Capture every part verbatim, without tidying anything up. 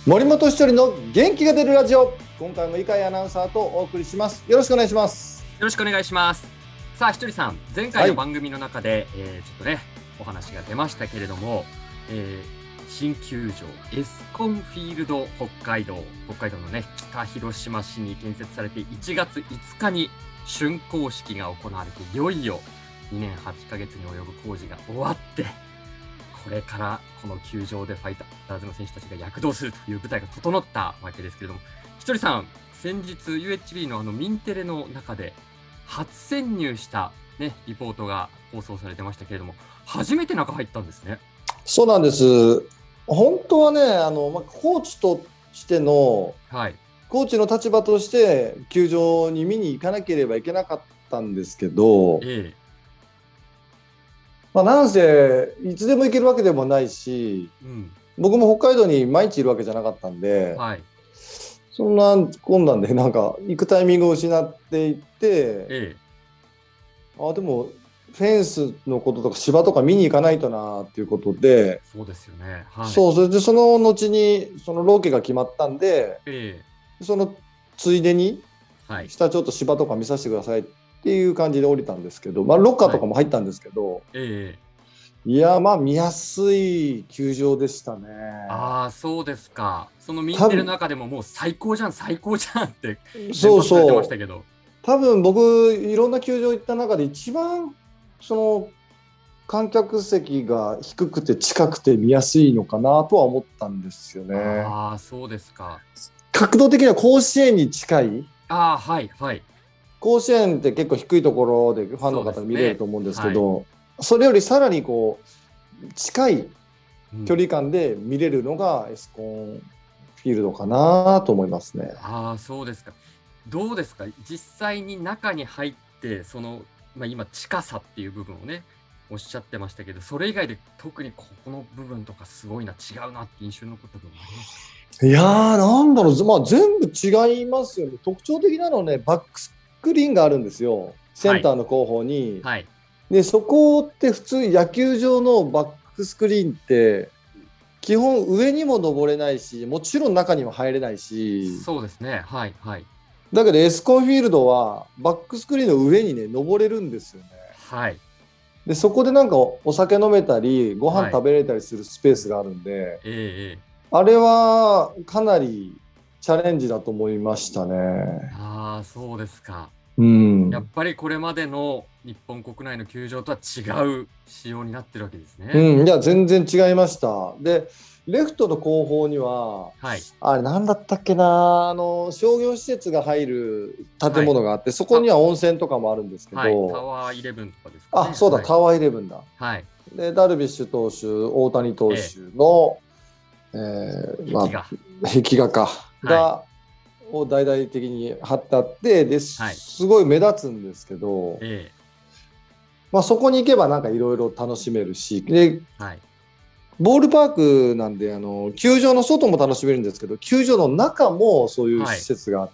森本一人の元気が出るラジオ、今回も井海アナウンサーとお送りします。よろしくお願いします。 よろしくお願いします。さあ、ひとりさん、前回の番組の中で、はい、えー、ちょっとねお話が出ましたけれども、えー、新球場エスコンフィールド北海道北海道のね北広島市に建設されていちがついつかに竣工式が行われて、いよいよにねんはちかげつに及ぶ工事が終わって、これからこの球場でファイターズの選手たちが躍動するという舞台が整ったわけですけれども、ひとりさん、先日 ユーエイチビー のあのミンテレの中で初潜入した、ね、リポートが放送されてましたけれども、初めて中入ったんですね。 そうなんです。本当はね、あの、まあ、コーチとしての、はい、コーチの立場として球場に見に行かなければいけなかったんですけど、ええ、まあ、なんせいつでも行けるわけでもないし、うん、僕も北海道に毎日いるわけじゃなかったんで、はい、そんな困難でなんか行くタイミングを失っていって、ええ、あでもフェンスのこととか芝とか見に行かないとなっていうことで、 そうですよね、はい、 そうそれでその後にそのロケが決まったんで、ええ、そのついでに下ちょっと芝とか見させてくださいっていう感じで降りたんですけど、まあ、ロッカーとかも入ったんですけど、はい、ええ、いやまあ見やすい球場でしたね。 ああ、そうですか。そのミンテレの中でももう最高じゃん最高じゃんってそうそう言ってましたけど、 多分僕いろんな球場行った中で一番その観客席が低くて近くて見やすいのかなとは思ったんですよね。 ああ、そうですか。 角度的には甲子園に近い。 ああ、はいはい。 甲子園って結構低いところでファンの方見れると思うんですけど、 そ,、ねはい、それよりさらにこう近い距離感で見れるのがエスコンフィールドかなと思いますね。 ああ、そうですか。どうですか、実際に中に入ってその、まあ、今近さっていう部分をねおっしゃってましたけど、それ以外で特にここの部分とかすごいな、違うなって印象に残った部分ありますか？ いやーなんだろう、まあ、全部違いますよね。特徴的なのはね、バックスクリーンがあるんですよ、センターの後方に、はいはい、でそこって普通野球場のバックスクリーンって基本上にも登れないし、もちろん中にも入れないし。 そうですね、はいはい。 だけどエスコンフィールドはバックスクリーンの上にね登れるんですよね。はい。でそこでなんかお酒飲めたりご飯食べれたりするスペースがあるんで、はい、えー、あれはかなりチャレンジだと思いましたね。 ああ、そうですか。 うん、 やっぱりこれまでの日本国内の球場とは違う仕様になってるわけですね。 うん、いや全然違いました。でレフトの後方には、はい、あれ何だったっけな、あの商業施設が入る建物があって、はい、そこには温泉とかもあるんですけど、はい、 タワーイレブンとかですかね。 あ、そうだ、はい、タワーイレブンだ。 はい、 でダルビッシュ投手、大谷投手の、えーえーまあ、壁画かが、はい、を大々的に貼ってあって、です、はい、すごい目立つんですけど、えーまあ、そこに行けばなんかいろいろ楽しめるし、で、はい、ボールパークなんであの球場の外も楽しめるんですけど、球場の中もそういう施設があって、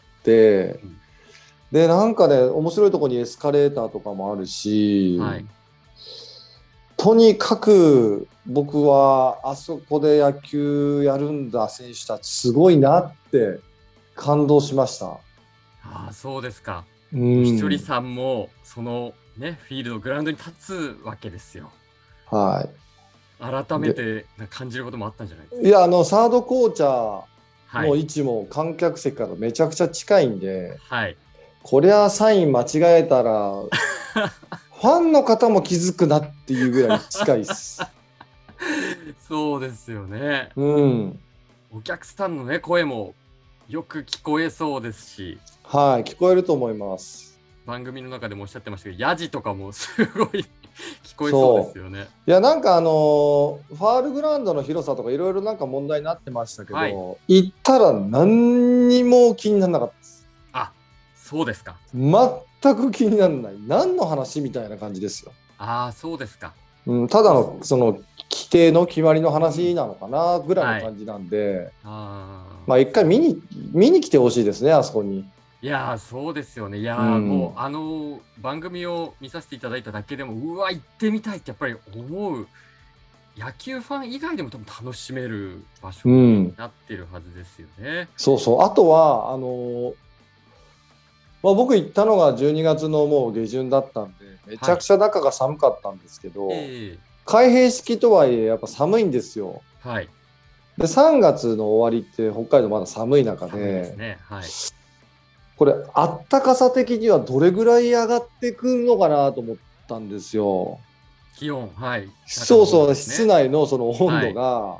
はい、でなんかね面白いところにエスカレーターとかもあるし、はい、とにかく僕はあそこで野球やるんだ選手たちすごいなって感動しました。 ああ、そうですか。ひとりさんもそのねフィールドグラウンドに立つわけですよ。はい。改めて感じることもあったんじゃないですか？ いや、あのサードコーチャーの位置も観客席からめちゃくちゃ近いんで、はい、こりゃサイン間違えたらファンの方も気づくなっていうぐらい近いです。 そうですよね。うん。お客さんのね声もよく聞こえそうですし、 はい、聞こえると思います。 番組の中でもおっしゃってましたけど、ヤジとかもすごい聞こえそうですよね。 いやなんかあのー、ファールグラウンドの広さとかいろいろなんか問題になってましたけど、はい、行ったら何にも気にならなかったです。 あ、そうですか。 全く気にならない。何の話みたいな感じですよ。 ああ、そうですか。 うん、ただのその規定の決まりの話なのかなぐらいの感じなんで、はい、あまあ一回見に見に来てほしいですね、あそこに。 いやー、そうですよね。いやー、うん、もうあの番組を見させていただいただけでもうわ行ってみたいってやっぱり思う野球ファン以外でも多分楽しめる場所になってるはずですよね。うん、 そうそう。あとはあの、まあ、僕行ったのがじゅうにがつのもう下旬だったんでめちゃくちゃ中が寒かったんですけど、はい、えー、開閉式とはいえやっぱ寒いんですよ。 はい、 でさんがつの終わりって北海道まだ寒い中で、寒いですね、はい、これあったかさ的にはどれぐらい上がってくるのかなと思ったんですよ。 気温、はい、 そうそう、ね、室内のその温度が、はい、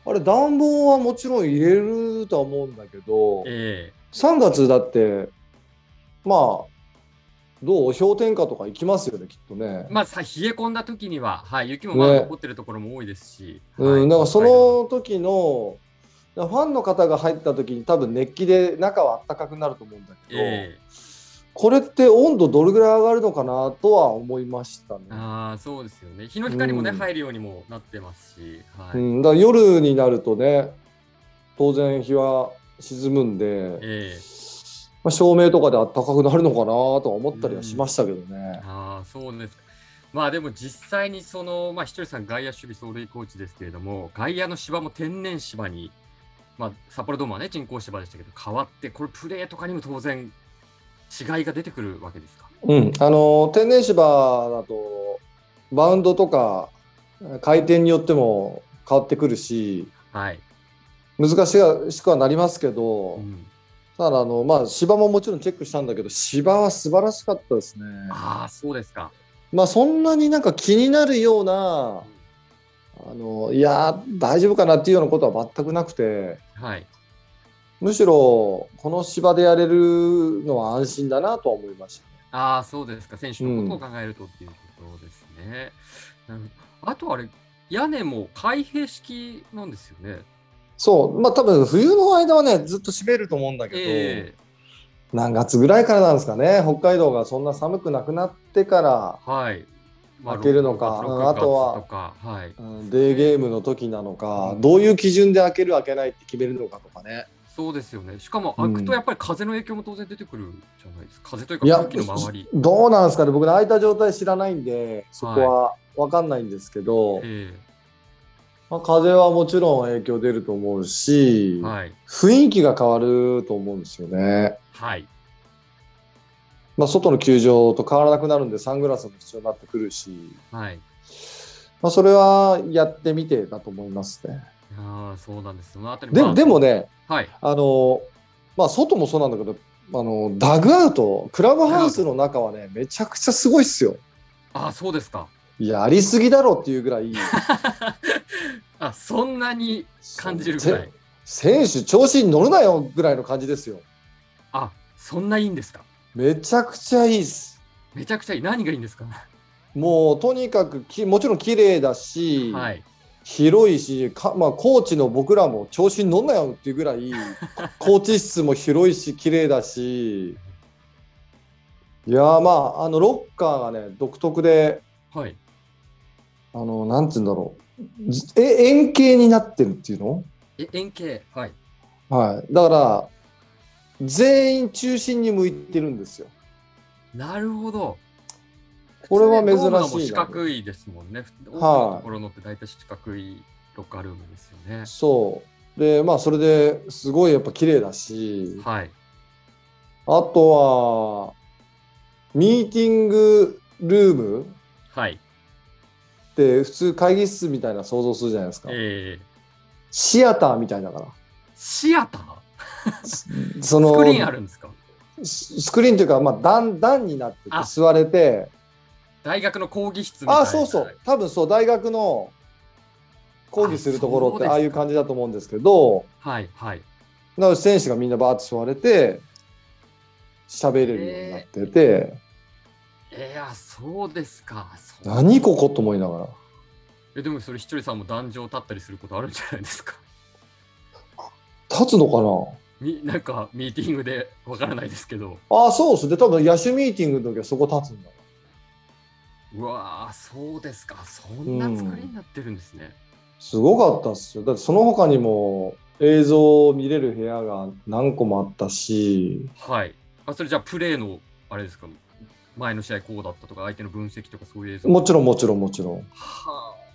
あれ暖房はもちろん入れるとは思うんだけど、えー、さんがつだってまあどう氷点下とか行きますよねきっとね。 まあさ冷え込んだ時には、はい、雪もまだ残ってるところも多いですし、 ね、はい、うん、だからその時のファンの方が入った時に多分熱気で中は暖かくなると思うんだけど、えー、これって温度どれぐらい上がるのかなとは思いましたね。 ああそうですよね。日の光もね、うん、入るようにもなってますし、はい、 うん、だから夜になるとね当然日は沈むんで、えーまあ、照明とかで暖かくなるのかなとは思ったりはしましたけどね。うん、 ああそうですか。まあでも実際にその、まあ、ひとりさん外野守備走塁コーチですけれども、外野の芝も天然芝に、まあ、札幌ドームはね人工芝でしたけど変わって、これプレーとかにも当然違いが出てくるわけですか？ うん、あの天然芝だとバウンドとか回転によっても変わってくるし、はい、難しくはなりますけど、うん、ただあの、まあ、芝ももちろんチェックしたんだけど芝は素晴らしかったですね。 ああそうですか。 まあそんなになんか気になるような、あのいや大丈夫かなっていうようなことは全くなくて、はい、むしろこの芝でやれるのは安心だなとは思いましたね。 ああそうですか。選手のことを考えるとっていうことですね。うん、あとあれ屋根も開閉式なんですよね。 そうまあ多分冬の間はねずっと閉めると思うんだけど、えー何月ぐらいからなんですかね。北海道がそんな寒くなくなってから開けるのか、まあ、あとは、はい、デーゲームの時なのか、うん、どういう基準で開ける開けないって決めるのかとかね。 そうですよね。しかも開くとやっぱり風の影響も当然出てくるじゃないですか。風というか空気の周り。 どうなんですかね。僕の開いた状態知らないんでそこは分かんないんですけど、はい、えーまあ、風はもちろん影響出ると思うし、はい、雰囲気が変わると思うんですよね。はい、まあ、外の球場と変わらなくなるんでサングラスも必要になってくるし、はい、まあ、それはやってみてだと思いますね。 ああそうなんです。そのあたりで、まあ、でもね、はい、あのまあ、外もそうなんだけどあのダグアウトクラブハウスの中はねめちゃくちゃすごいっすよ。 ああそうですか。 やりすぎだろっていうぐらいあそんなに感じるぐらい。 選手調子に乗るなよぐらいの感じですよ。 あそんないいんですか？ めちゃくちゃいいっす。 めちゃくちゃいい。何がいいんですか？ もうとにかくきもちろん綺麗だし、はい、広いしか、まあ、コーチの僕らも調子に乗んなよっていうぐらいコーチ室も広いし綺麗だし、いやまああのロッカーがね独特で、はい、あのなんて言うんだろうえ円形になってるっていうの？ え円形、はい、 はい、だから全員中心に向いてるんですよ。 なるほど。 これは珍しいな。 も四角いですもんね。多くのところのって大体四角いロッカールームですよね。 そうでまあそれですごいやっぱ綺麗だし、はい、あとはミーティングルーム、はい、って普通会議室みたいな想像するじゃないですか。えー、シアターみたいだから。 シアターそのスクリーンあるんですか？ スクリーンというか、まあ、段, 段になってて座れて大学の講義室みたいな。 あそうそう多分そう大学の講義するところってああいう感じだと思うんですけど、はいはい、なので選手がみんなバーッと座れて喋れるようになってて、 えー、えー、そうですか。 何ここと思いながら。 えでもそれひとりさんも壇上立ったりすることあるんじゃないですか？ 立つのかなみなんかミーティングでわからないですけど。 ああそうですで多分野手ミーティングの時はそこ立つんだ。 うわーそうですか。そんな作りになってるんですね。うん、 すごかったっすよ。だってその他にも映像を見れる部屋が何個もあったし。 はい。あそれじゃあプレーのあれですか、前の試合こうだったとか相手の分析とかそういう映像。 もちろんもちろんもちろん。はあ。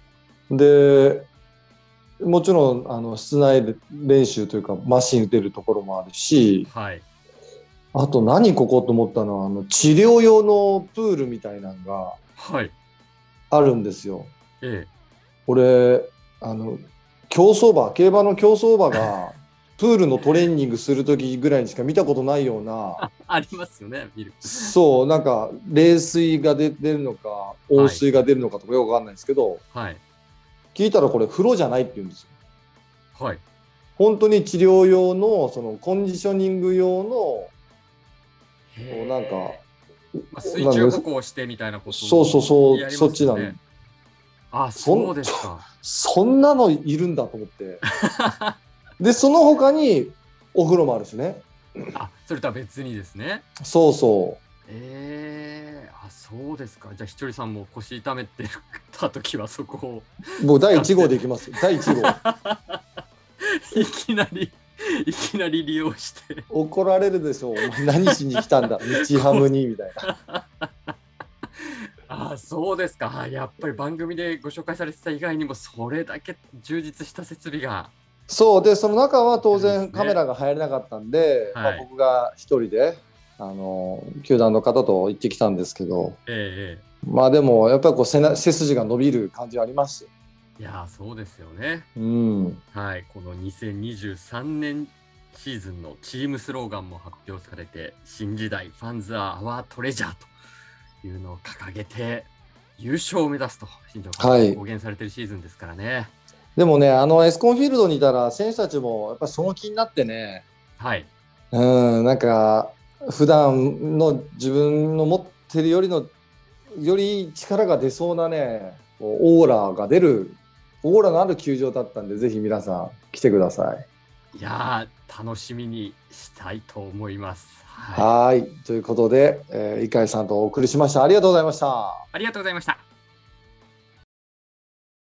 でもちろんあの室内で練習というかマシン打てるところもあるし、 はい、 あと何ここと思ったのはあの治療用のプールみたいなのがあるんですよ。 はい、ええ、 俺あの競走馬競馬の競走馬がプールのトレーニングする時ぐらいにしか見たことないようなあ、ありますよね、見る。 そうなんか冷水が出るのか温水が出るのかとかよくわかんないですけど、 はい、 聞いたらこれ風呂じゃないって言うんですよ。 はい、 本当に治療用のそのコンディショニング用のなんか、 まあ、水中歩行してみたいなことを、 そうそうそう、そっちなの。 あ、そうですか。 そんなのいるんだと思ってでその他にお風呂もあるしね。 あ、それとは別にですね。 そうそう。 えー、あ、そうですか。じゃあひとりさんも腰痛めてた時はそこをもうだいいち号でいきます。だいいち号いきなりいきなり利用して怒られるでしょう。お前何しに来たんだ日ハムにみたいなあ、そうですか。やっぱり番組でご紹介されてた以外にもそれだけ充実した設備が。 そうで、その中は当然カメラが入れなかったんで、 はい、 まあ、僕が一人であの球団の方と行ってきたんですけど、 ええ、 まあでもやっぱりこう 背, 背筋が伸びる感じはあります。 いや、そうですよね。 うん、 はい、このにせんにじゅうさんねんシーズンのチームスローガンも発表されて、新時代ファンズアワートレジャーというのを掲げて優勝を目指すと新庄監督が公言されているシーズンですからね。はい、 でもね、あのエスコンフィールドにいたら選手たちもやっぱりその気になってね、 はい、 うん、なんか普段の自分の持ってるよりのより力が出そうなね、オーラが出るオーラのある球場だったんで、ぜひ皆さん来てください。 いやー、楽しみにしたいと思います。 はい、はいということで、えー、井海さんとお送りしました。ありがとうございました。 ありがとうございました。